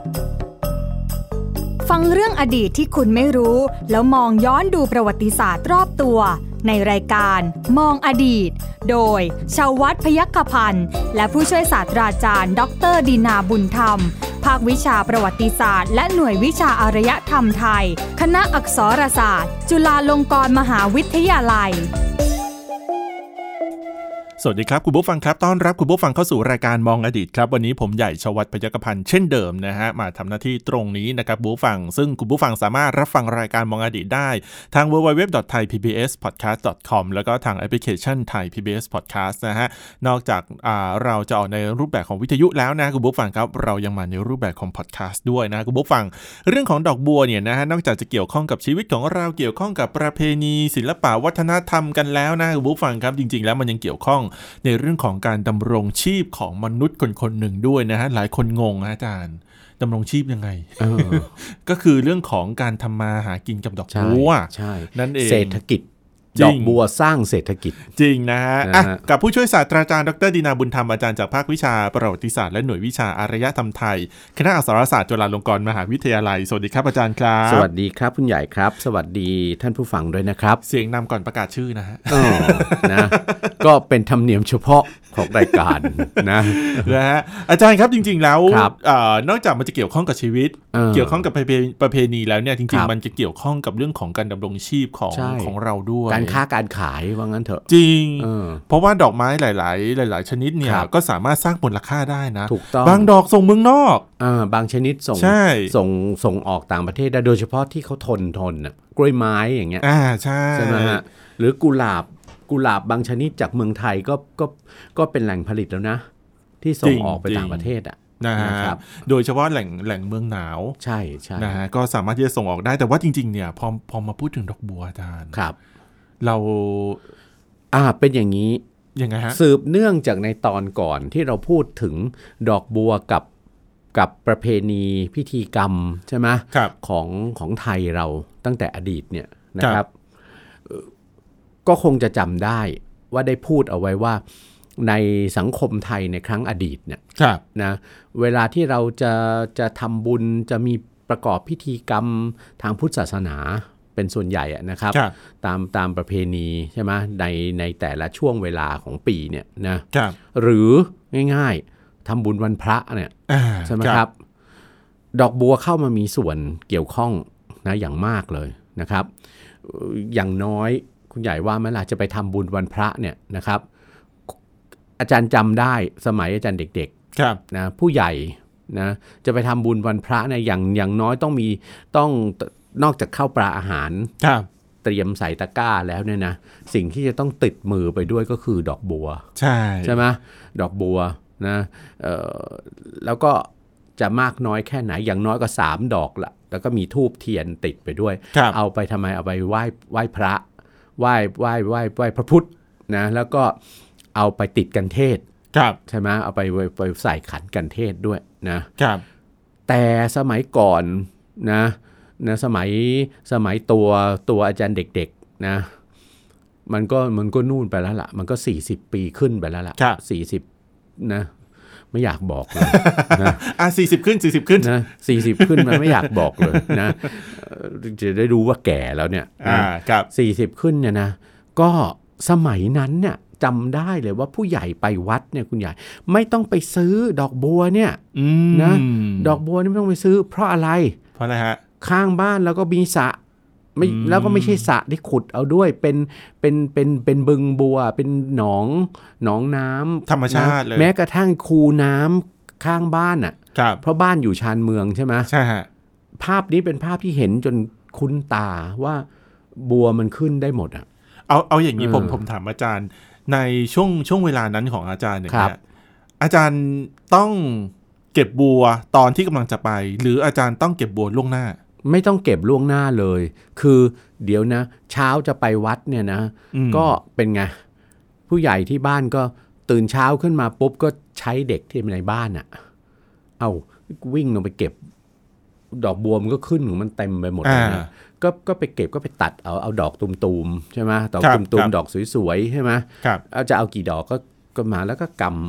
ฟังเรื่องอดีตที่คุณไม่รู้แล้วมองย้อนดูประวัติศาสตร์รอบตัวในรายการมองอดีตโดยชาววัฒน์พยัคฆพันธ์และผู้ช่วยศาสตราจารย์ดร.ดินาบุญธรรมภาควิชาประวัติศาสตร์และหน่วยวิชาอารยธรรมไทยคณะอักษรศาสตร์จุฬาลงกรณ์มหาวิทยาลัยสวัสดีครับคุณผู้ฟังครับต้อนรับคุณผู้ฟังเข้าสู่รายการมองอดีตครับวันนี้ผมใหญ่ชวัฒน์พยัคฆพันธ์เช่นเดิมนะฮะมาทำหน้าที่ตรงนี้นะครับคุณผู้ฟังซึ่งคุณผู้ฟังสามารถรับฟังรายการมองอดีตได้ทาง www.thaipbspodcast.com แล้วก็ทางแอปพลิเคชัน Thai PBS Podcast นะฮะนอกจากเราจะออกในรูปแบบของวิทยุแล้วนะคุณผู้ฟังครับเรายังมาในรูปแบบของพอดแคสต์ด้วยนะคุณผู้ฟังเรื่องของดอกบัวเนี่ยนะฮะนอกจากจะเกี่ยวข้องกับชีวิตของเราเกี่ยวข้องกับประเพณีศิลปะวัฒนธรรมกันแล้วนะคุณผู้ฟังครับจริงๆแล้วมันยังเกี่ยวข้องในเรื่องของการดำรงชีพของมนุษย์คนๆหนึ่งด้วยนะฮะหลายคนงงอาจารย์ดำรงชีพยังไง ก็คือเรื่องของการทำมาหากินกับดอกบัวนั่นเองเศรษฐกิจดอกบัวสร้างเศรษฐกิจจริงนะฮะกับผู้ช่วยศาสตราจารย์ดร.ดินาบุญธรรมอาจารย์จากภาควิชาประวัติศาสตร์และหน่วยวิชาอารยธรรมไทยคณะอักษรศาสตร์จุฬาลงกรณ์มหาวิทยาลัยสวัสดีครับอาจารย์ครับสวัสดีครับคุณใหญ่ครับสวัสดีท่านผู้ฟังด้วยนะครับเสียงนำก่อนประกาศชื่อนะฮะนะก็เป็นธรรมเนียมเฉพาะของรายการนะฮะอาจารย์ครับจริงๆแล้วนอกจากมันจะเกี่ยวข้องกับชีวิตเกี่ยวข้องกับประเพณีแล้วเนี่ยจริงๆมันจะเกี่ยวข้องกับเรื่องของการดำรงชีพของเราด้วยการค้าการขายว่างั้นเถอะจริงเพราะว่าดอกไม้หลายชนิดเนี่ยก็สามารถสร้างมูลค่าได้นะถูกต้องบางดอกส่งเมืองนอกบางชนิดส่งออกต่างประเทศได้โดยเฉพาะที่เขาทนกล้วยไม้อย่างเงี้ยใช่ไหมฮะหรือกุหลาบบางชนิดจากเมืองไทยก็เป็นแหล่งผลิตแล้วนะที่ส่งออกไปต่างประเทศนะครับโดยเฉพาะแหล่งเมืองหนาวใช่นะฮะก็สามารถที่จะส่งออกได้แต่ว่าจริงๆเนี่ยพอมาพูดถึงดอกบัวอาจารย์ครับเราเป็นอย่างนี้ยังไงฮะสืบเนื่องจากในตอนก่อนที่เราพูดถึงดอกบัวกับประเพณีพิธีกรรมใช่ไหมของไทยเราตั้งแต่อดีตเนี่ยนะครับก็คงจะจำได้ว่าได้พูดเอาไว้ว่าในสังคมไทยในครั้งอดีตเนี่ยนะเวลาที่เราจะทำบุญจะมีประกอบพิธีกรรมทางพุทธศาสนาเป็นส่วนใหญ่นะครับตามประเพณีใช่ไหมในแต่ละช่วงเวลาของปีเนี่ยนะหรือง่ายๆทำบุญวันพระเนี่ยใช่ไหมครับดอกบัวเข้ามามีส่วนเกี่ยวข้องนะอย่างมากเลยนะครับอย่างน้อยคุณใหญ่ว่าเมื่อไหร่จะไปทำบุญวันพระเนี่ยนะครับอาจารย์จำได้สมัยอาจารย์เด็กๆนะผู้ใหญ่นะจะไปทำบุญวันพระเนี่ยอย่างน้อยต้องนอกจากข้าวปลาอาหารเตรียมใส่ตะกร้าแล้วเนี่ยนะสิ่งที่จะต้องติดมือไปด้วยก็คือดอกบัวใช่ไหมดอกบัวนะแล้วก็จะมากน้อยแค่ไหนอย่างน้อยก็3 ดอกละแล้วก็มีธูปเทียนติดไปด้วยเอาไปทำไมเอาไปไหว้พระไหว้พระพุทธนะแล้วก็เอาไปติดกันเทศใช่ไหมเอาไปใส่ขันกันเทศด้วยนะแต่สมัยก่อนนะสมัยตัวอาจารย์เด็กๆนะมันก็นู่นไปแล้วล่ะมันก็40 ปีขึ้นไปแล้วล่ะ40นะไม่อยากบอกเลยนะ 40 ขึ้นนะ40ขึ้นมันไม่อยากบอกเลยนะจะได้รู้ว่าแก่แล้วเนี่ย40ขึ้นเนี่ยนะก็สมัยนั้นเนี่ยจำได้เลยว่าผู้ใหญ่ไปวัดเนี่ยคุณใหญ่ไม่ต้องไปซื้อดอกบัวเนี่ยนะดอกบัวนี่ไม่ต้องไปซื้อเพราะอะไรฮะข้างบ้านแล้วก็มีสระแล้วก็ไม่ใช่สระที่ขุดเอาด้วยเป็นบึงบัวเป็นหนองน้ำธรรมชาติเลยแม้กระทั่งคูน้ำข้างบ้านเพราะบ้านอยู่ชานเมืองใช่ไหมใช่ฮะภาพนี้เป็นภาพที่เห็นจนคุ้นตาว่าบัวมันขึ้นได้หมดเอาอย่างนี้ผมถามอาจารย์ในช่วงเวลานั้นของอาจารย์เนี่ยอาจารย์ต้องเก็บบัวตอนที่กำลังจะไปหรืออาจารย์ต้องเก็บบัวล่วงหน้าไม่ต้องเก็บล่วงหน้าเลยคือเดี๋ยวนะเช้าจะไปวัดเนี่ยนะก็เป็นไงผู้ใหญ่ที่บ้านก็ตื่นเช้าขึ้นมาปุ๊บก็ใช้เด็กที่ในบ้านเอาวิ่งลงไปเก็บดอกบัวมันก็ขึ้นของมันเต็มไปหมดเลยนะก็ไปเก็บก็ไปตัดเอาดอกตุ่มๆใช่ไหมดอกตุ่มๆดอกสวยๆใช่ไหมจะเอากี่ดอกก็มาแล้วก็ก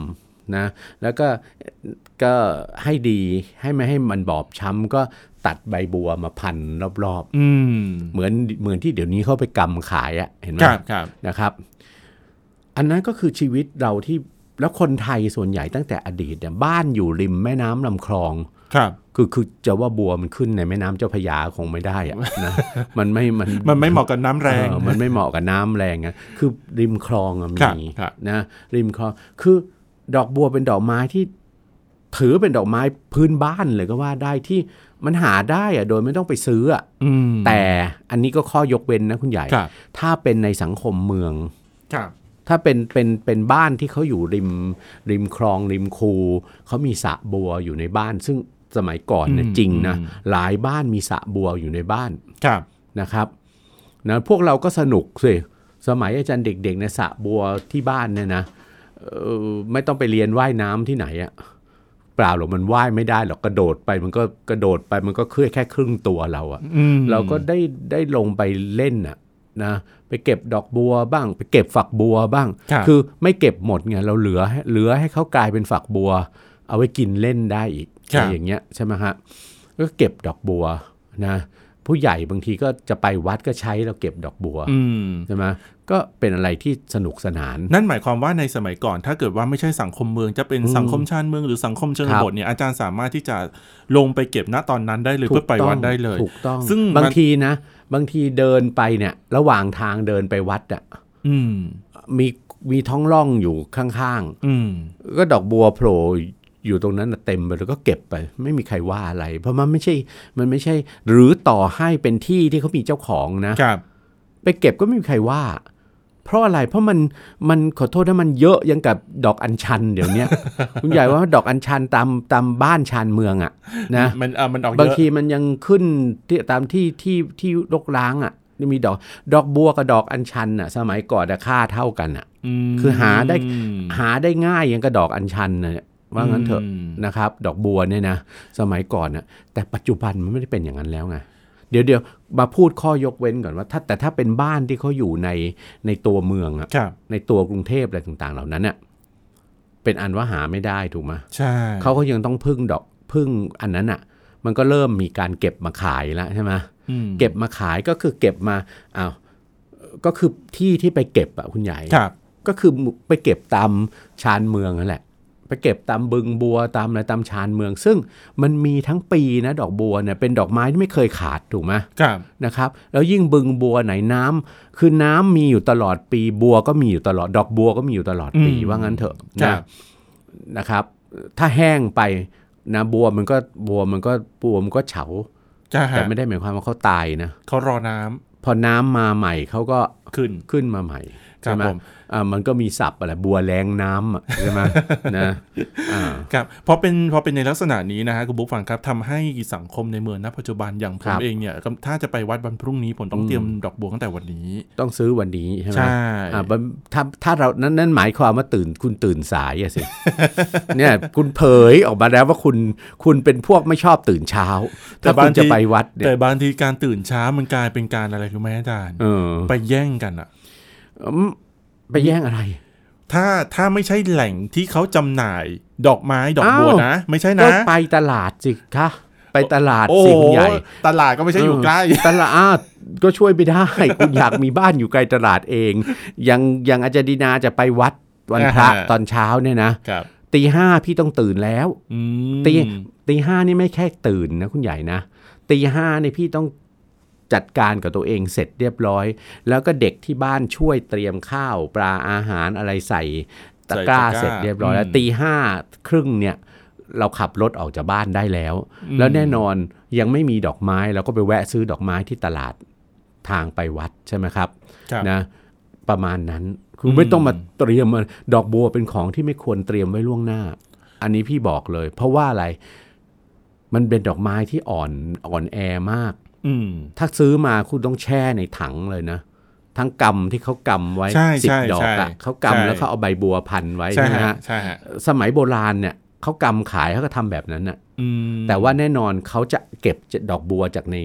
นะแล้วก็ให้ดีให้ไม่ให้มันบอบช้ำก็ตัดใบบัวมาพันรอบๆเหมือนที่เดี๋ยวนี้เขาไปกำขายอะเห็นไหมนะครับอันนั้นก็คือชีวิตเราที่แล้วคนไทยส่วนใหญ่ตั้งแต่อดีตเนี่ยบ้านอยู่ริมแม่น้ำลำคลองคือจะว่าบัวมันขึ้นในแม่น้ำเจ้าพระยาคงไม่ได้อะนะมันไม่เหมาะกับน้ำแรงมันไม่เหมาะกับน้ำแรงอะคือริมคลองมีนะริมคลองคือดอกบัวเป็นดอกไม้ที่ถือเป็นดอกไม้พื้นบ้านเลยก็ว่าได้ที่มันหาได้อะโดยไม่ต้องไปซื้ออะแต่อันนี้ก็ข้อยกเว้นนะคุณใหญ่ถ้าเป็นในสังคมเมืองถ้าเป็นบ้านที่เขาอยู่ริมคลองริมคูเขามีสระบัวอยู่ในบ้านซึ่งสมัยก่อนเนี่ยจริงนะหลายบ้านมีสระบัวอยู่ในบ้านนะครับนะพวกเราก็สนุกสิสมัยอาจารย์เด็กๆในสระบัวที่บ้านเนี่ยนะไม่ต้องไปเรียนว่ายน้ำที่ไหนอะเปล่าหรอกมันว่ายไม่ได้หรอกกระโดดไปมันก็แค่ครึ่งตัวเราอะเราก็ได้ลงไปเล่นอะนะไปเก็บดอกบัวบ้างไปเก็บฝักบัวบ้างคือไม่เก็บหมดไงเราเหลือให้เขากลายเป็นฝักบัวเอาไว้กินเล่นได้อีกอย่างเงี้ยใช่ไหมฮะก็เก็บดอกบัวนะผู้ใหญ่บางทีก็จะไปวัดก็ใช้เราเก็บดอกบัวใช่ไหมก็เป็นอะไรที่สนุกสนานนั่นหมายความว่าในสมัยก่อนถ้าเกิดว่าไม่ใช่สังคมเมืองจะเป็นสังคมชานเมืองหรือสังคมชนบทเนี่ยอาจารย์สามารถที่จะลงไปเก็บณตอนนั้นได้เลยเพื่อไปวัดได้เลยถูกต้องซึ่งบางทีเดินไปเนี่ยระหว่างทางเดินไปวัดอ่ะมีท้องร่องอยู่ข้างๆก็ดอกบัวโผล่อยู่ตรงนั้นเต็มไปแล้วก็เก็บไปไม่มีใครว่าอะไรเพราะมันไม่ใช่หรือต่อให้เป็นที่ที่เขามีเจ้าของนะไปเก็บก็ไม่มีใครว่าเพราะอะไรเพราะมันขอโทษนะมันเยอะยังกับดอกอัญชันเดี๋ยวนี้ คุณใหญ่ว่าดอกอัญชันตามบ้านชานเมืองอ่ะนะมันออกเยอะบางทีมันยังขึ้นตามที่รกร้างอ่ะมีดอกบัวกับดอกอัญชันอ่ะสมัยก่อนค่าเท่ากันอ่ะคือหาได้ง่ายยังกับดอกอัญชันเนี่ยว่างั้นเถอะนะครับดอกบัวเนี่ยนะสมัยก่อนน่ะแต่ปัจจุบันมันไม่ได้เป็นอย่างนั้นแล้วไงเดี๋ยวมาพูดข้อยกเว้นก่อนว่าถ้าเป็นบ้านที่เขาอยู่ในตัวเมืองอะในตัวกรุงเทพอะไรต่างๆเหล่านั้นเนี่ยเป็นอันว่าหาไม่ได้ถูกไหมใช่เขาก็ยังต้องพึ่งอันนั้นอ่ะมันก็เริ่มมีการเก็บมาขายแล้วใช่ไหมเก็บมาขายก็คือเก็บมาก็คือที่ไปเก็บอ่ะคุณใหญ่ก็คือไปเก็บตามชานเมืองนั่นแหละไปเก็บตามบึงบัวตามอะไรตามชานเมืองซึ่งมันมีทั้งปีนะดอกบัวเนี่ยเป็นดอกไม้ที่ไม่เคยขาดถูกไหมนะครับแล้วยิ่งบึงบัวไหนน้ำคือน้ำมีอยู่ตลอดปีบัวก็มีอยู่ตลอดดอกบัวก็มีอยู่ตลอดปีว่างั้นเถอะนะครับถ้าแห้งไปนะบัวมันก็เฉาแต่ไม่ได้หมายความว่าเขาตายนะเขารอน้ำพอน้ำมาใหม่เขาก็ขึ้นมาใหม่ใช่ไหมมันก็มีศัพท์อะไรบัวแรงน้ำใช่ไหมนะครับพอเป็นในลักษณะนี้นะฮะคุณบุ๊คฟังครับทำให้สังคมในเมืองณปัจจุบันอย่างผมเองเนี่ยถ้าจะไปวัดวันพรุ่งนี้ผมต้องเตรียมดอกบัวตั้งแต่วันนี้ต้องซื้อวันนี้ใช่ไหมใช่ถ้าเรานั่นหมายความว่าคุณตื่นสายอะสิ เนี่ยคุณเผยออกมาแล้วว่าคุณเป็นพวกไม่ชอบตื่นเช้าถ้าคุณจะไปวัดแต่บางทีการตื่นเช้ามันกลายเป็นการอะไรรู้ไหมอาจารย์ไปแย่งกันอะไปแย่งอะไรถ้าไม่ใช่แหล่งที่เขาจำหน่ายดอกไม้ดอกบัวนะไม่ใช่นะก็ไปตลาดสิคะไปตลาดสิคุณใหญ่ตลาดก็ไม่ใช่อยู่ใกล้ตลาดก็ช่วยไปได้คุณอยากมีบ้านอยู่ไกลตลาดเองอย่างอาจารย์ดีนาจะไปวัดวันพระตอนเช้าเนี่ยนะตี 5พี่ต้องตื่นแล้วตี 5นี่ไม่แค่ตื่นนะคุณใหญ่นะตี 5นี่พี่ต้องจัดการกับตัวเองเสร็จเรียบร้อยแล้วก็เด็กที่บ้านช่วยเตรียมข้าวปลาอาหารอะไรใส่ตะกร้าเสร็จเรียบร้อยแล้วตี 5:30เนี่ยเราขับรถออกจากบ้านได้แล้วแล้วแน่นอนยังไม่มีดอกไม้เราก็ไปแวะซื้อดอกไม้ที่ตลาดทางไปวัดใช่ไหมครับนะประมาณนั้นคือไม่ต้องมาเตรียมดอกบัวเป็นของที่ไม่ควรเตรียมไว้ล่วงหน้าอันนี้พี่บอกเลยเพราะว่าอะไรมันเป็นดอกไม้ที่อ่อนแอมากถ้าซื้อมาคุณต้องแช่ในถังเลยนะทั้งกำที่เขากำไว้10 ดอกอ่ะเขากำแล้วเขาเอาใบบัวพันไว้ใช่ไหมฮะสมัยโบราณเนี่ยเขากำขายเขาก็ทำแบบนั้นน่ะแต่ว่าแน่นอนเขาจะเก็บดอกบัวจากใน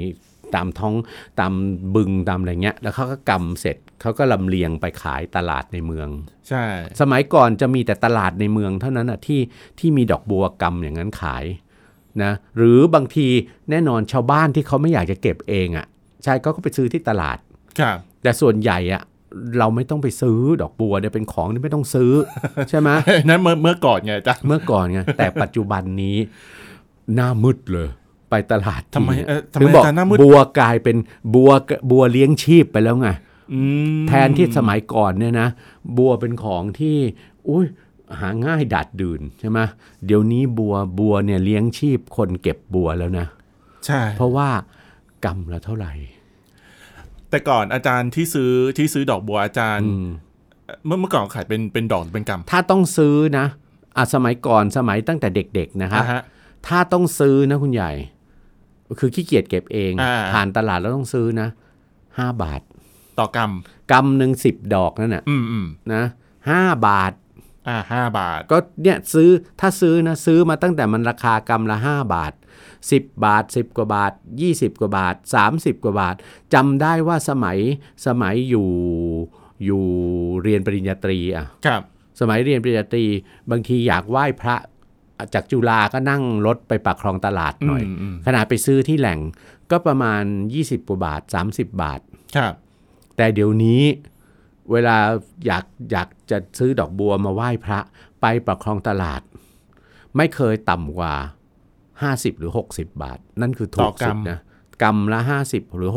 ตามท้องตามบึงตามอะไรเงี้ยแล้วเขาก็กำเสร็จเขาก็ลำเลียงไปขายตลาดในเมืองใช่สมัยก่อนจะมีแต่ตลาดในเมืองเท่านั้นอ่ะที่มีดอกบัวกำอย่างนั้นขายนะหรือบางทีแน่นอนชาวบ้านที่เขาไม่อยากจะเก็บเองอ่ะใช่ก็ไปซื้อที่ตลาดครับแต่ส่วนใหญ่อ่ะเราไม่ต้องไปซื้อดอกบัวเนี่ยเป็นของที่ไม่ต้องซื้อ ใช่ไหมนั่นเมื่อก่อนไงจ๊ะเมื่อก่อนไงแต่ปัจจุบันนี้หน้ามืดเลยไปตลาดทำไมบอกบัวกลายเป็นบัวเลี้ยงชีพไปแล้วไงแทนที่สมัยก่อนเนี่ยนะบัวเป็นของที่หาง่ายดัดดื่นใช่ไหมเดี๋ยวนี้บัวเนี่ยเลี้ยงชีพคนเก็บบัวแล้วนะใช่เพราะว่ากำละเท่าไหร่แต่ก่อนอาจารย์ที่ซื้อดอกบัวอาจารย์เมื่อก่อนขายเป็นดอกเป็นกำถ้าต้องซื้อนะสมัยก่อนสมัยตั้งแต่เด็กๆนะครับถ้าต้องซื้อนะคุณใหญ่คือขี้เกียจเก็บเองผ่านตลาดแล้วต้องซื้อนะ5 บาทต่อกำหนึ่ง10 ดอกนั่นน่ะนะ5 บาท 5 บาทก็เนี่ยถ้าซื้อนะซื้อมาตั้งแต่มันราคากำละ5 บาท10 บาท10 กว่าบาท20 กว่าบาท30 กว่าบาทจำได้ว่าสมัยอยู่เรียนปริญญาตรีครับสมัยเรียนปริญญาตรีบางทีอยากไหว้พระจากจุฬาก็นั่งรถไปปากคลองตลาดหน่อยขนาดไปซื้อที่แหล่งก็ประมาณ20 กว่าบาท30 บาทครับแต่เดี๋ยวนี้เวลาอยากจะซื้อดอกบัวมาไหว้พระไปปากคลองตลาดไม่เคยต่ำกว่า50หรือ60 บาทนั่นคือถูกสุดนะกำละ50หรือ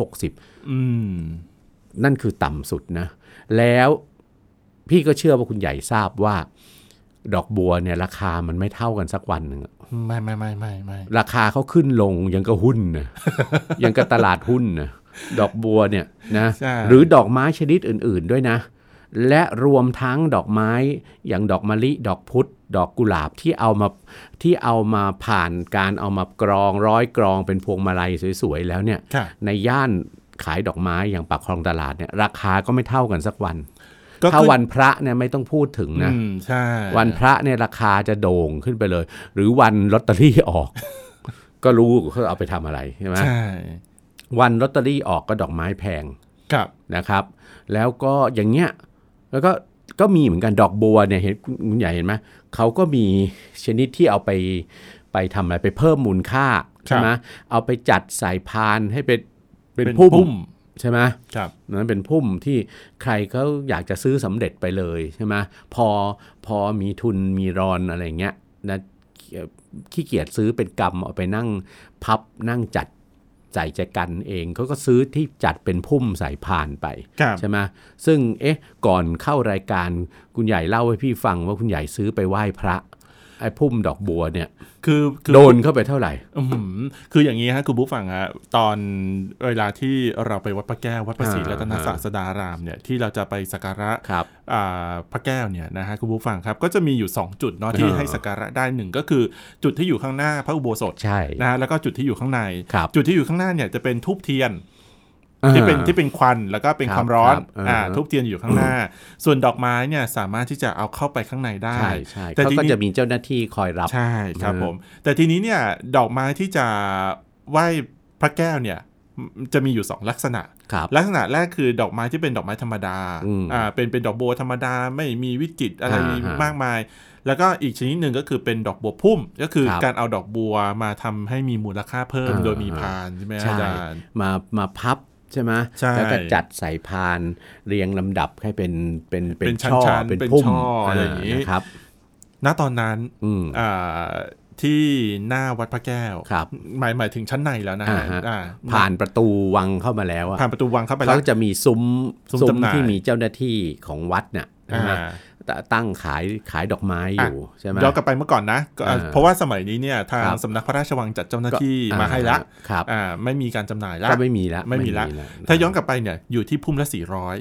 60นั่นคือต่ำสุดนะแล้วพี่ก็เชื่อว่าคุณใหญ่ทราบว่าดอกบัวเนี่ยราคามันไม่เท่ากันสักวันหนึ่งไม่ราคาเขาขึ้นลงยังก็หุ้นนะ ยังก็ตลาดหุ้นนะดอกบัวเนี่ยนะหรือดอกไม้ชนิดอื่นๆด้วยนะและรวมทั้งดอกไม้อย่างดอกมะลิดอกพุธดอกกุหลาบที่เอามาผ่านการเอามากรองร้อยกรองเป็นพวงมาลัยสวยๆแล้วเนี่ยในย่านขายดอกไม้อย่างปากคลองตลาดเนี่ยราคาก็ไม่เท่ากันสักวันถ้าวันพระเนี่ยไม่ต้องพูดถึงนะใช่วันพระเนี่ยราคาจะโด่งขึ้นไปเลยหรือวันลอตเตอรี่ออก ก็รู้เขาเอาไปทำอะไรใช่ไหมใช่วันลอตเตอรี่ออกก็ดอกไม้แพงนะครับแล้วก็อย่างเงี้ยแล้วก็มีเหมือนกันดอกบัวเนี่ยเห็นคุณใหญ่เห็นไหมเขาก็มีชนิดที่เอาไปทำอะไรไปเพิ่มมูลค่าใช่ไหมเอาไปจัดใส่พานให้เป็นพุ่มใช่ไหมนั้นเป็นพุ่มที่ใครเขาอยากจะซื้อสำเร็จไปเลยใช่ไหมพอมีทุนมีรอนอะไรเงี้ยนะขี้เกียจซื้อเป็นกำเอาไปนั่งพับนั่งจัดใส่ใจกันเองเขาก็ซื้อที่จัดเป็นพุ่มใส่พานไปใช่ไหมซึ่งก่อนเข้ารายการคุณใหญ่เล่าให้พี่ฟังว่าคุณใหญ่ซื้อไปไหว้พระไอ้พุ่มดอกบัวเนี่ยคือโดนเข้าไปเท่าไหร่คืออย่างนี้ฮะคุณผู้ฟังฮะตอนเวลาที่เราไปวัดพระแก้ววัดพระศรีรัตนศาสดารามเนี่ยที่เราจะไปสักการะพระแก้วเนี่ยนะฮะคุณผู้ฟังครับก็จะมีอยู่2จุดเนาะที่ให้สักการะได้1ก็คือจุดที่อยู่ข้างหน้าพระอุโบสถนะฮะแล้วก็จุดที่อยู่ข้างในจุดที่อยู่ข้างหน้าเนี่ยจะเป็นธูปเทียนที่เป็นควันแล้วก็เป็นความร้อนทูบเทียนอยู่ข้างหน้าส่วนดอกไม้เนี่ยสามารถที่จะเอาเข้าไปข้างในได้แต่เขาก็จะมีเจ้าหน้าที่คอยรับใช่ครับผมแต่ทีนี้เนี่ยดอกไม้ที่จะไหว้พระแก้วเนี่ยจะมีอยู่2ลักษณะลักษณะแรกคือดอกไม้ที่เป็นดอกไม้ธรรมดาเป็นดอกบัวธรรมดาไม่มีวิจิตรอะไรมากมายแล้วก็อีกชนิดหนึ่งก็คือเป็นดอกบัวพุ่มก็คือการเอาดอกบัวมาทำให้มีมูลค่าเพิ่มโดยมีพานใช่ไหมอาจารย์มาพับใช่ไหมแล้วก็จัดใส่พานเรียงลำดับให้เป็นช่อเป็นพุ่มอะไรอย่างนี้ครับณตอนนั้นที่หน้าวัดพระแก้วหมายถึงชั้นในแล้วนะฮะผ่านประตูวังเข้ามาแล้วผ่านประตูวังเข้าไปแล้วเขาจะมีซุ้มที่มีเจ้าหน้าที่ของวัดเนี่ยตั้งขายดอกไม้อยู่ใช่ไหมย้อนกลับไปเมื่อก่อนนะเพราะว่าสมัยนี้เนี่ยทางสำนักพระราชวังจัดเจ้าหน้าที่มาให้ละไม่มีการจำหน่ายแล้วก็ไม่มีแล้วถ้าย้อนกลับไปเนี่ยอยู่ที่พุ่มละ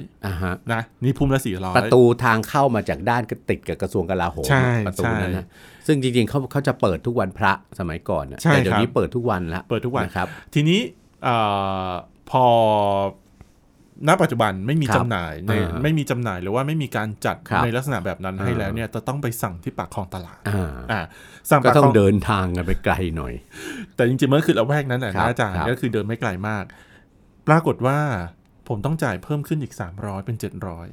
400นะนี่พุ่มละ400 ประตูทางเข้ามาจากด้านก็ติดกับกระทรวงกลาโหมประตูนั้นนะซึ่งจริงๆเขาจะเปิดทุกวันพระสมัยก่อนแต่เดี๋ยวนี้เปิดทุกวันแล้วเปิดทุกวันครับทีนี้พอณปัจจุบันไม่มีจำหน่ายไม่มีจำหน่ายหรือว่าไม่มีการจัดในลักษณะแบบนั้นให้แล้วเนี่ยจะต้องไปสั่งที่ปากคลองตลาดสั่งก็ต้องเดินทางกันไปไกลหน่อยแต่จริงๆมันคือละแวกนั้นแหละนะอาจารย์ก็คือเดินไม่ไกลมากปรากฏว่าผมต้องจ่ายเพิ่มขึ้นอีก300เป็น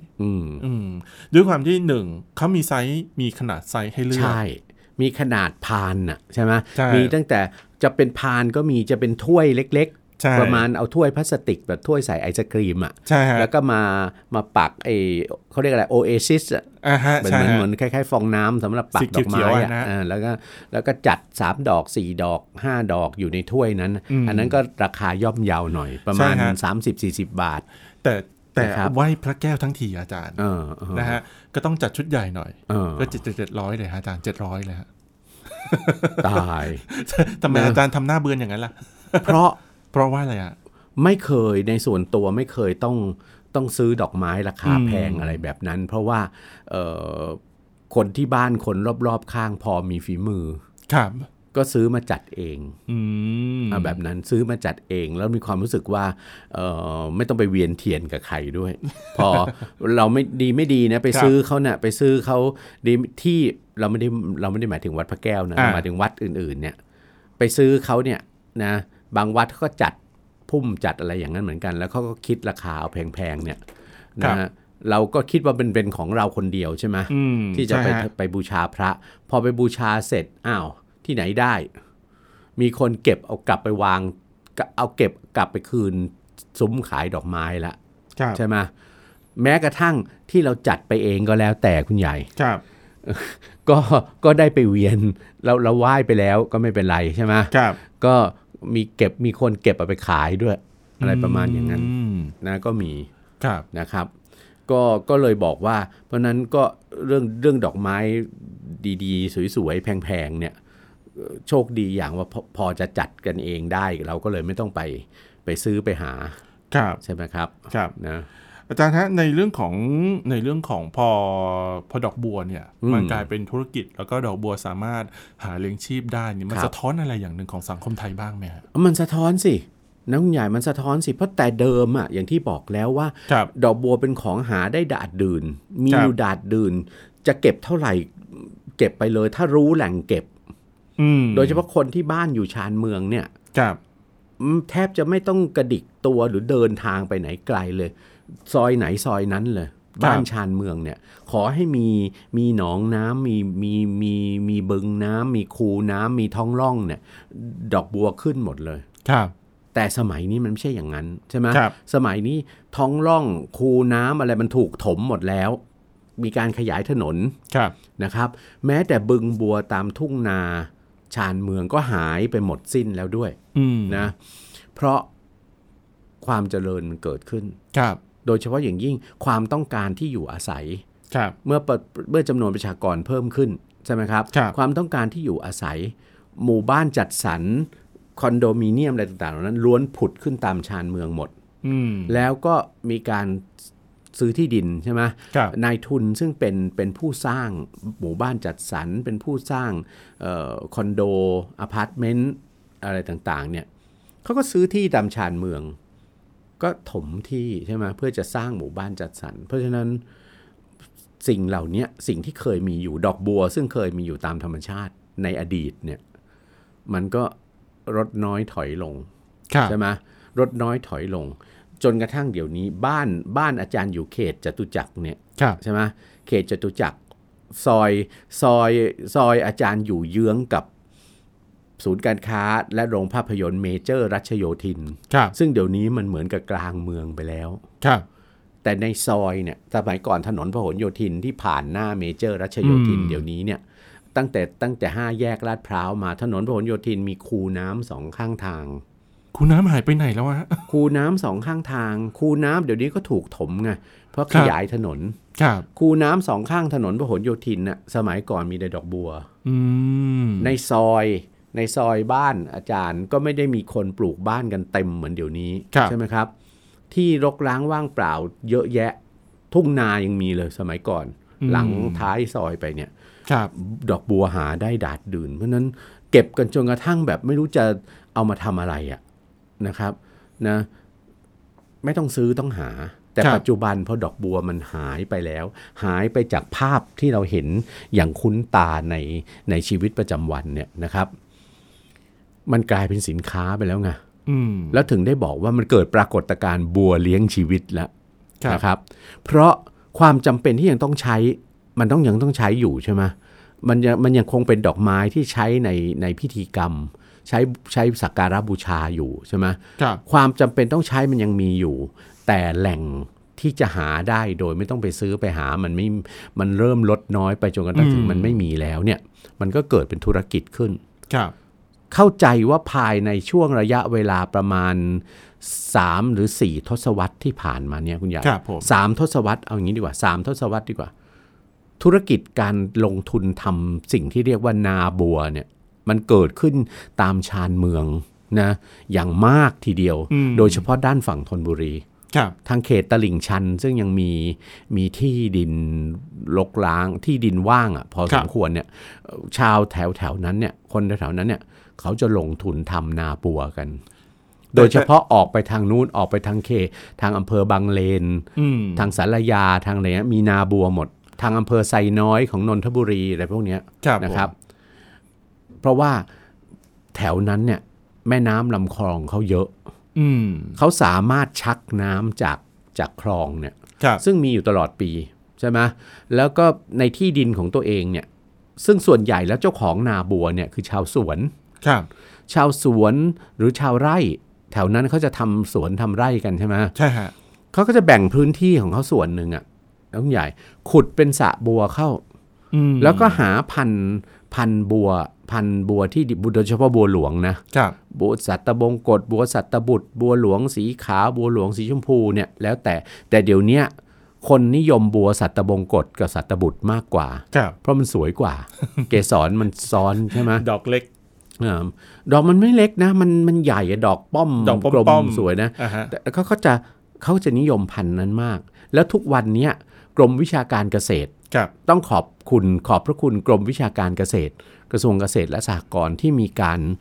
700ด้วยความที่1เขามีไซส์มีขนาดไซส์ให้เลือกใช่มีขนาดพานน่ะใช่ไหมมีตั้งแต่จะเป็นพานก็มีจะเป็นถ้วยเล็กๆประมาณเอาถ้วยพลาสติกแบบถ้วยใส่ไอศกรีมอ่ะแล้วก็มาปักเขาเรียกอะไรโอเอซิสอ่ะเหมือนคล้ายๆฟองน้ำสำหรับปักดอกไม้อ่ะแล้วก็จัด3ดอก4ดอก5ดอกอยู่ในถ้วยนั้นอันนั้นก็ราคาย่อมเยาหน่อยประมาณ 30-40 บาทแต่ไหว้พระแก้วทั้งทีอาจารย์นะฮะก็ต้องจัดชุดใหญ่หน่อยก็700เลยฮะอาจารย์700เลยฮะตายทำไมอาจารย์ทำหน้าเบือนอย่างนั้นล่ะเพราะว่าอะไรอ่ะไม่เคยในส่วนตัวไม่เคยต้องซื้อดอกไม้ราคาแพงอะไรแบบนั้นเพราะว่าคนที่บ้านคนรอบๆข้างพอมีฝีมือครับก็ซื้อมาจัดเองแบบนั้นซื้อมาจัดเองแล้วมีความรู้สึกว่าไม่ต้องไปเวียนเทียนกับใครด้วย พอเราไม่ดีนะไปซื้อเขาเนี่ยไปซื้อเขาดีที่เราไม่ได้หมายถึงวัดพระแก้วนะหมายถึงวัดอื่นๆเนี่ยไปซื้อเขาเนี่ยนะบางวัดเขาก็จัดพุ่มจัดอะไรอย่างนั้นเหมือนกันแล้วเขาก็คิดราคาเอาแพงๆเนี่ยนะเราก็คิดว่าเป็นของเราคนเดียวใช่ไหมที่จะไปบูชาพระพอไปบูชาเสร็จอ้าวที่ไหนได้มีคนเก็บเอากลับไปวางเอาเก็บกลับไปคืนซุ้มขายดอกไม้ละใช่ไหมแม้กระทั่งที่เราจัดไปเองก็แล้วแต่คุณใหญ่ก็ได้ไปเวียนเราไหว้ไปแล้วก็ไม่เป็นไรใช่ไหมก็มีคนเก็บเอาไปขายด้วยอะไรประมาณอย่างนั้นนะก็มีนะครับก็เลยบอกว่าเพราะนั้นก็เรื่องดอกไม้ดีๆสวยๆแพงๆเนี่ยโชคดีอย่างว่าพอจะจัดกันเองได้เราก็เลยไม่ต้องไปซื้อไปหาใช่ไหมครับนะอาจารย์ฮะในเรื่องของพอดอกบัวเนี่ยมันกลายเป็นธุรกิจแล้วก็ดอกบัวสามารถหาเลี้ยงชีพได้นี่มันสะท้อนอะไรอย่างหนึ่งของสังคมไทยบ้างไหมฮะมันสะท้อนสินะคุณใหญ่มันสะท้อนสิเพราะแต่เดิมอ่ะอย่างที่บอกแล้วว่าดอกบัวเป็นของหาได้ดาดดื่นมีอยู่ดาดดื่นจะเก็บเท่าไหร่เก็บไปเลยถ้ารู้แหล่งเก็บโดยเฉพาะคนที่บ้านอยู่ชานเมืองเนี่ยแทบจะไม่ต้องกระดิกตัวหรือเดินทางไปไหนไกลเลยซอยไหนซอยนั้นเลยบ้านชานเมืองเนี่ยขอให้มีหนองน้ำมีบึงน้ำมีคูน้ำมีท้องร่องเนี่ยดอกบัวขึ้นหมดเลยแต่สมัยนี้มันไม่ใช่อย่างนั้นใช่ไหมสมัยนี้ท้องร่องคูน้ำอะไรมันถูกถมหมดแล้วมีการขยายถนนนะครับแม้แต่บึงบัวตามทุ่งนาชานเมืองก็หายไปหมดสิ้นแล้วด้วยนะเพราะความเจริญมันเกิดขึ้นโดยเฉพาะอย่างยิ่งความต้องการที่อยู่อาศัยเมื่อจำนวนประชากรเพิ่มขึ้นใช่ไหมครับความต้องการที่อยู่อาศัยหมู่บ้านจัดสรรคอนโดมิเนียมอะไรต่างๆเหล่านั้นล้วนผุดขึ้นตามชานเมืองหมดแล้วก็มีการซื้อที่ดินใช่ไหมนายทุนซึ่งเป็นผู้สร้างหมู่บ้านจัดสรรเป็นผู้สร้างคอนโดอพาร์ตเมนต์อะไรต่างๆเนี่ยเขาก็ซื้อที่ตามชานเมืองก็ถมที่ใช่ไหมเพื่อจะสร้างหมู่บ้านจัดสรรเพราะฉะนั้นสิ่งเหล่านี้สิ่งที่เคยมีอยู่ดอกบัวซึ่งเคยมีอยู่ตามธรรมชาติในอดีตเนี่ยมันก็ลดน้อยถอยลงใช่ไหมลดน้อยถอยลงจนกระทั่งเดี๋ยวนี้บ้านอาจารย์อยู่เขตจตุจักรเนี่ยใช่ไหมเขตจตุจักรซอยอาจารย์อยู่เยื้องกับศูนย์การค้าและโรงภาพยนตร์เมเจอร์รัชโยธินซึ่งเดี๋ยวนี้มันเหมือนกับกลางเมืองไปแล้วแต่ในซอยเนี่ยสมัยก่อนถนนพหลโยธินที่ผ่านหน้าเมเจอร์รัชโยธินเดี๋ยวนี้เนี่ยตั้งแต่5แยกลาดพร้าวมาถนนพหลโยธินมีคูน้ำ2ข้างทางคูน้ำหายไปไหนแล้ววะคูน้ำ2ข้างทางคูน้ำเดี๋ยวนี้ก็ถูกถมไงเพราะขยายถนนคูน้ำ2ข้างถนนพหลโยธินน่ะสมัยก่อนมีแต่ดอกบัวในซอยบ้านอาจารย์ก็ไม่ได้มีคนปลูกบ้านกันเต็มเหมือนเดี๋ยวนี้ใช่ไหมครับที่รกร้างว่างเปล่าเยอะแยะทุ่งนายังมีเลยสมัยก่อนหลังท้ายซอยไปเนี่ยดอกบัวหาได้ดาดดื่นเพราะนั้นเก็บกันจนกระทั่งแบบไม่รู้จะเอามาทำอะไรอ่ะนะครับนะไม่ต้องซื้อต้องหาแต่ปัจจุบันพอดอกบัวมันหายไปแล้วหายไปจากภาพที่เราเห็นอย่างคุ้นตาในชีวิตประจำวันเนี่ยนะครับมันกลายเป็นสินค้าไปแล้วไงแล้วถึงได้บอกว่ามันเกิดปรากฏการณ์บัวเลี้ยงชีวิตแล้วนะครับเพราะความจำเป็นที่ยังต้องใช้มันยังต้องใช้อยู่ใช่ไหมมันยังคงเป็นดอกไม้ที่ใช้ในพิธีกรรมใช้สักการะบูชาอยู่ใช่ไหมความจำเป็นต้องใช้มันยังมีอยู่แต่แหล่งที่จะหาได้โดยไม่ต้องไปซื้อไปหามันเริ่มลดน้อยไปจนกระทั่งถึงมันไม่มีแล้วเนี่ยมันก็เกิดเป็นธุรกิจขึ้นเข้าใจว่าภายในช่วงระยะเวลาประมาณ3 หรือ 4 ทศวรรษที่ผ่านมาเนี่ยคุณใหญ่3 ทศวรรษเอาอย่างนี้ดีกว่า3 ทศวรรษดีกว่าธุรกิจการลงทุนทำสิ่งที่เรียกว่านาบัวเนี่ยมันเกิดขึ้นตามชานเมืองนะอย่างมากทีเดียวโดยเฉพาะด้านฝั่งธนบุรีทางเขตตลิ่งชันซึ่งยังมีที่ดินรกร้างที่ดินว่างอ่ะพอสมควรเนี่ยชาวแถวนั้นเนี่ยคนแถวนั้นเนี่ยเขาจะลงทุนทำนาบัวกันโดยเฉพาะออกไปทางนู้นออกไปทางทางอำเภอบางเลนทางสารยาทางอะไรเงี้ยมีนาบัวหมดทางอำเภอไซน้อยของนนทบุรีอะไรพวกนี้นะครับเพราะว่าแถวนั้นเนี่ยแม่น้ำลำคลองเขาเยอะเขาสามารถชักน้ำจากคลองเนี่ยซึ่งมีอยู่ตลอดปีใช่ไหมแล้วก็ในที่ดินของตัวเองเนี่ยซึ่งส่วนใหญ่แล้วเจ้าของนาบัวเนี่ยคือชาวสวนชาวสวนหรือชาวไร่แถวนั้นเขาจะทำสวนทำไร่กันใช่ไหมใช่ฮะเขาก็จะแบ่งพื้นที่ของเขาส่วนหนึ่งอ่ะแล้วใหญ่ขุดเป็นสระบัวเข้าแล้วก็หาพันบัวที่โดยเฉพาะบัวหลวงนะบัวสัตบงกฎบัวสัตบุตรบัวหลวงสีขาวบัวหลวงสีชมพูเนี่ยแล้วแต่เดี๋ยวนี้คนนิยมบัวสัตบงกฎกับสัตบุตรมากกว่าเพราะมันสวยกว่า เกสรมันซ้อนใช่ไหมดอกเล็กดอกมันไม่เล็กนะมันใหญ่ดอกป้อมกลมสวยนะแต่เขาจะนิยมพันธุ์นั้นมากแล้วทุกวันนี้กรมวิชาการเกษตรต้องขอบพระคุณกรมวิชาการเกษตรกระทรวงเกษตรและสหกรณ์ที่มี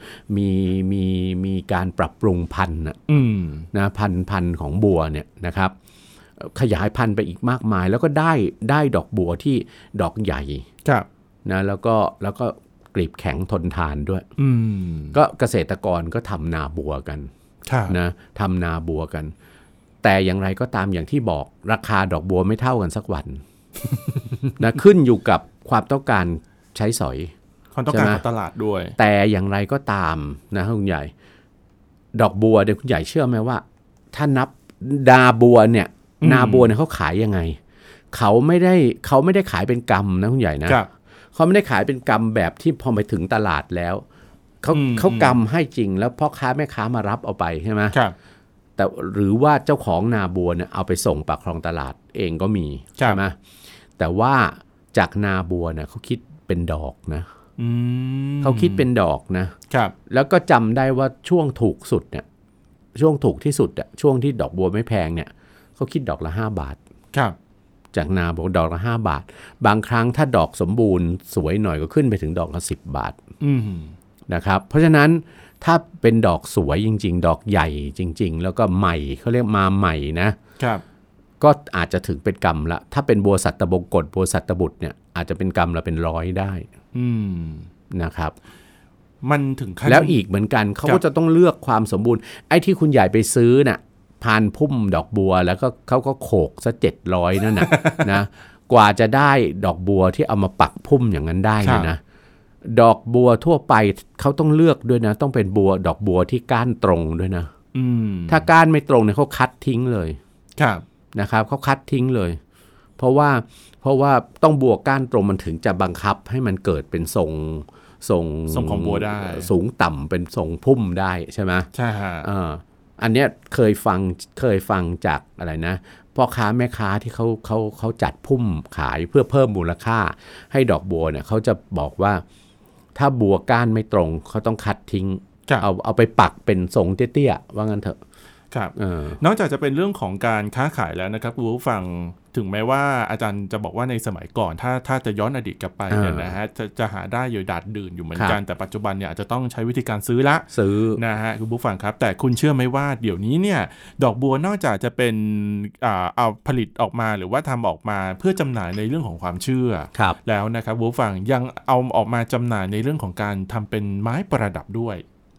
การปรับปรุงพันธุ์นะพันธุ์ของบัวเนี่ยนะครับขยายพันธุ์ไปอีกมากมายแล้วก็ได้ดอกบัวที่ดอกใหญ่นะแล้วก็กลีบแข็งทนทานด้วยก็เกษตรกรก็ทำนาบัวกันนะทำนาบัวกันแต่อย่างไรก็ตามอย่างที่บอกราคาดอกบัวไม่เท่ากันสักวัน นะขึ้นอยู่กับความต้องการใช้สอยความต้องการของตลาดด้วยแต่อย่างไรก็ตามนะคุณใหญ่ดอกบัวเดี๋ยวคุณใหญ่เชื่อไหมว่าถ้านับนาบัวเนี่ยเขาขายยังไงเขาไม่ได้ขายเป็นกำนะคุณใหญ่นะเขาไม่ได้ขายเป็นกำแบบที่พอไปถึงตลาดแล้วเขากำให้จริงแล้วพ่อค้าแม่ค้ามารับเอาไปใช่ไหมแต่หรือว่าเจ้าของนาบัวเนี่ยเอาไปส่งปากคลองตลาดเองก็มีใช่ไหมแต่ว่าจากนาบัวเนี่ยเขาคิดเป็นดอกนะเขาคิดเป็นดอกนะครับแล้วก็จำได้ว่าช่วงถูกสุดเนี่ยช่วงถูกที่สุดช่วงที่ดอกบัวไม่แพงเนี่ยเขาคิดดอกละ5 บาทครับจากนาบัวดอกละ5 บาทบางครั้งถ้าดอกสมบูรณ์สวยหน่อยก็ขึ้นไปถึงดอกละ10 บาทนะครับเพราะฉะนั้นถ้าเป็นดอกสวยจริงๆดอกใหญ่จริงๆแล้วก็ใหม่เขาเรียกมาใหม่นะครับก็อาจจะถึงเป็นกำละถ้าเป็นบัวสัตบงกฎบัวสัตบุตรเนี่ยอาจจะเป็นกำละเป็น100ได้นะครับมันถึงขั้นแล้วอีกเหมือนกันเขาก็จะต้องเลือกความสมบูรณ์ไอ้ที่คุณใหญ่ไปซื้อน่ะพานพุ่มดอกบัวแล้วก็เขาก็โขกซะ700นั่นน่ะ นะกว่าจะได้ดอกบัวที่เอามาปักพุ่มอย่างนั้นได้นะดอกบัวทั่วไปเขาต้องเลือกด้วยนะต้องเป็นดอกบัวที่ก้านตรงด้วยนะถ้าก้านไม่ตรงเนี่ยเขาคัดทิ้งเลยนะครับเขาคัดทิ้งเลยเพราะว่าต้องบัวก้านตรงมันถึงจะบังคับให้มันเกิดเป็นทรงของบัวได้สูงต่ำเป็นทรงพุ่มได้ใช่ไหมใช่ฮะอันเนี้ยเคยฟังจากอะไรนะพ่อค้าแม่ค้าที่เขาจัดพุ่มขายเพื่อเพิ่มมูลค่าให้ดอกบัวเนี่ยเขาจะบอกว่าถ้าบัวก้านไม่ตรงเขาต้องคัดทิ้งเอาไปปักเป็นทรงเตี้ยๆว่างั้นเถอะครับนอกจากจะเป็นเรื่องของการค้าขายแล้วนะครับคุณผู้ฟังถึงแม้ว่าอาจารย์จะบอกว่าในสมัยก่อนถ้าจะย้อนอดีตกลับไปเนี่ยนะฮะจะหาได้อยู่ดาดดื่นอยู่เหมือนกันแต่ปัจจุบันเนี่ยอาจจะต้องใช้วิธีการซื้อนะฮะคุณผู้ฟังครับแต่คุณเชื่อไหมว่าเดี๋ยวนี้เนี่ยดอกบัวนอกจากจะเป็นเอาผลิตออกมาหรือว่าทำออกมาเพื่อจำหน่ายในเรื่องของความเชื่อแล้วนะครับคุณผู้ฟังยังเอาออกมาจำหน่ายในเรื่องของการทำเป็นไม้ประดับด้วย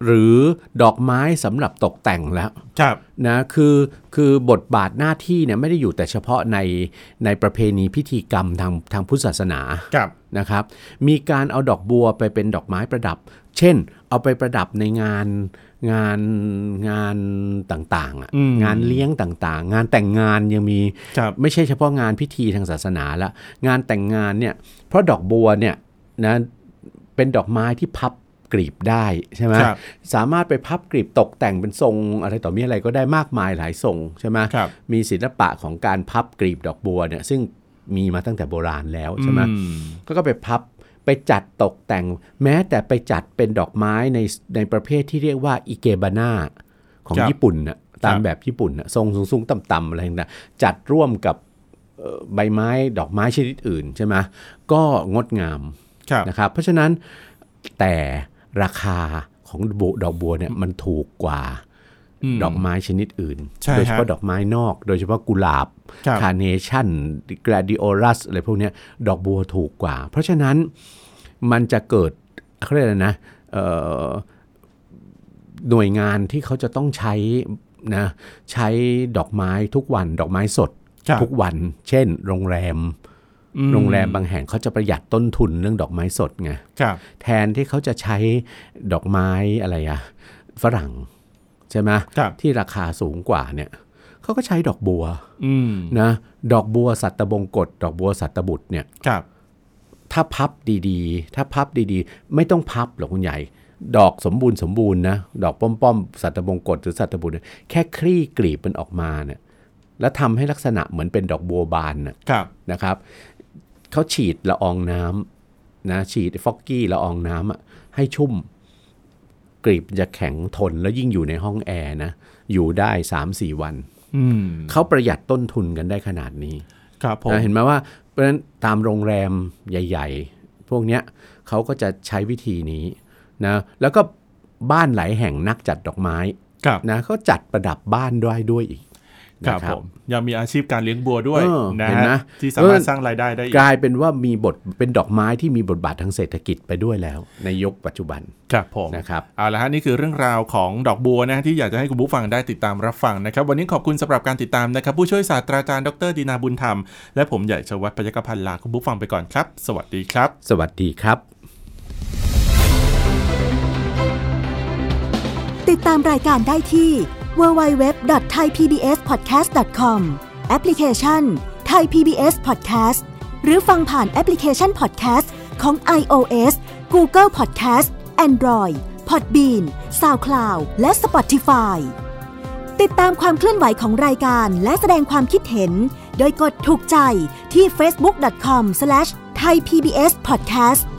หรือดอกไม้สำหรับตกแต่งแล้วนะคือบทบาทหน้าที่เนี่ยไม่ได้อยู่แต่เฉพาะในประเพณีพิธีกรรมทางพุทธศาสนานะครับมีการเอาดอกบัวไปเป็นดอกไม้ประดับเช่นเอาไปประดับในงานต่างๆงานเลี้ยงต่างๆงานแต่งงานยังมีไม่ใช่เฉพาะงานพิธีทางศาสนาละงานแต่งงานเนี่ยเพราะดอกบัวเนี่ยนะเป็นดอกไม้ที่พับกลีบได้ใช่ไหมสามารถไปพับกลีบตกแต่งเป็นทรงอะไรต่อมีอะไรก็ได้มากมายหลายทรงใช่ไหมมีศิลปะของการพับกลีบดอกบัวเนี่ยซึ่งมีมาตั้งแต่โบราณแล้วใช่ไหมก็ไปพับไปจัดตกแต่งแม้แต่ไปจัดเป็นดอกไม้ในประเภทที่เรียกว่าอิเกบาน่าของญี่ปุ่นน่ะตามแบบญี่ปุ่นน่ะทรงสูงๆต่ำๆอะไรต่างๆจัดร่วมกับใบไม้ดอกไม้ชนิดอื่นใช่ไหมก็งดงามนะครับเพราะฉะนั้นแต่ราคาของดอกบัวเนี่ยมันถูกกว่าดอกไม้ชนิดอื่นโดยเฉพาะดอกไม้นอกโดยเฉพาะกุหลาบคาร์เนชั่นกลาดิโอรัสอะไรพวกนี้ดอกบัวถูกกว่าเพราะฉะนั้นมันจะเกิดเขาเรียกอะไรนะหน่วยงานที่เขาจะต้องใช้ดอกไม้ทุกวันดอกไม้สดทุกวันเช่นโรงแรมบางแห่งเขาจะประหยัดต้นทุนเรื่องดอกไม้สดไงแทนที่เขาจะใช้ดอกไม้อะไรฝรั่งใช่ไหมที่ราคาสูงกว่าเนี่ยเขาก็ใช้ดอกบัวนะดอกบัวสัตบงกฎดอกบัวสัตบุตรเนี่ยถ้าพับดีๆไม่ต้องพับหรอกคุณใหญ่ดอกสมบูรณ์นะดอกป้อมๆสัตบงกฎหรือสัตบุตรแค่คลี่กลีบมันออกมาเนี่ยแล้วทำให้ลักษณะเหมือนเป็นดอกบัวบานนะครับเขาฉีดละอองน้ำนะฉีดฟอกกี้ละอองน้ำให้ชุ่มกลีบจะแข็งทนแล้วยิ่งอยู่ในห้องแอร์นะอยู่ได้ 3-4 วันเขาประหยัดต้นทุนกันได้ขนาดนี้เห็นไหมว่าเพราะฉะนั้นตามโรงแรมใหญ่ๆพวกเนี้ยเขาก็จะใช้วิธีนี้นะแล้วก็บ้านหลายแห่งนักจัดดอกไม้นะเขาจัดประดับบ้านด้วยอีกครับผมยังมีอาชีพการเลี้ยงบัวด้วยนะที่สามารถสร้างรายได้ได้กลายเป็นว่ามีเป็นดอกไม้ที่มีบทบาททางเศรษฐกิจไปด้วยแล้วในยุคปัจจุบันครับผมนะครับเอาละฮะนี่คือเรื่องราวของดอกบัวนะที่อยากจะให้คุณผู้ฟังได้ติดตามรับฟังนะครับวันนี้ขอบคุณสำหรับการติดตามนะครับผู้ช่วยศาสตราจารย์ดร.ดีนาบุญธรรมและผมใหญ่ชวัฒน์พยัคฆพันธ์ลาคุณผู้ฟังไปก่อนครับสวัสดีครับสวัสดีครับติดตามรายการได้ที่ www.thaipbspodcast.com แอปพลิเคชัน Thai PBS Podcast หรือฟังผ่านแอปพลิเคชัน Podcast ของ iOS Google Podcast Android Podbean SoundCloud และ Spotify ติดตามความเคลื่อนไหวของรายการและแสดงความคิดเห็นโดยกดถูกใจที่ facebook.com/thaipbspodcast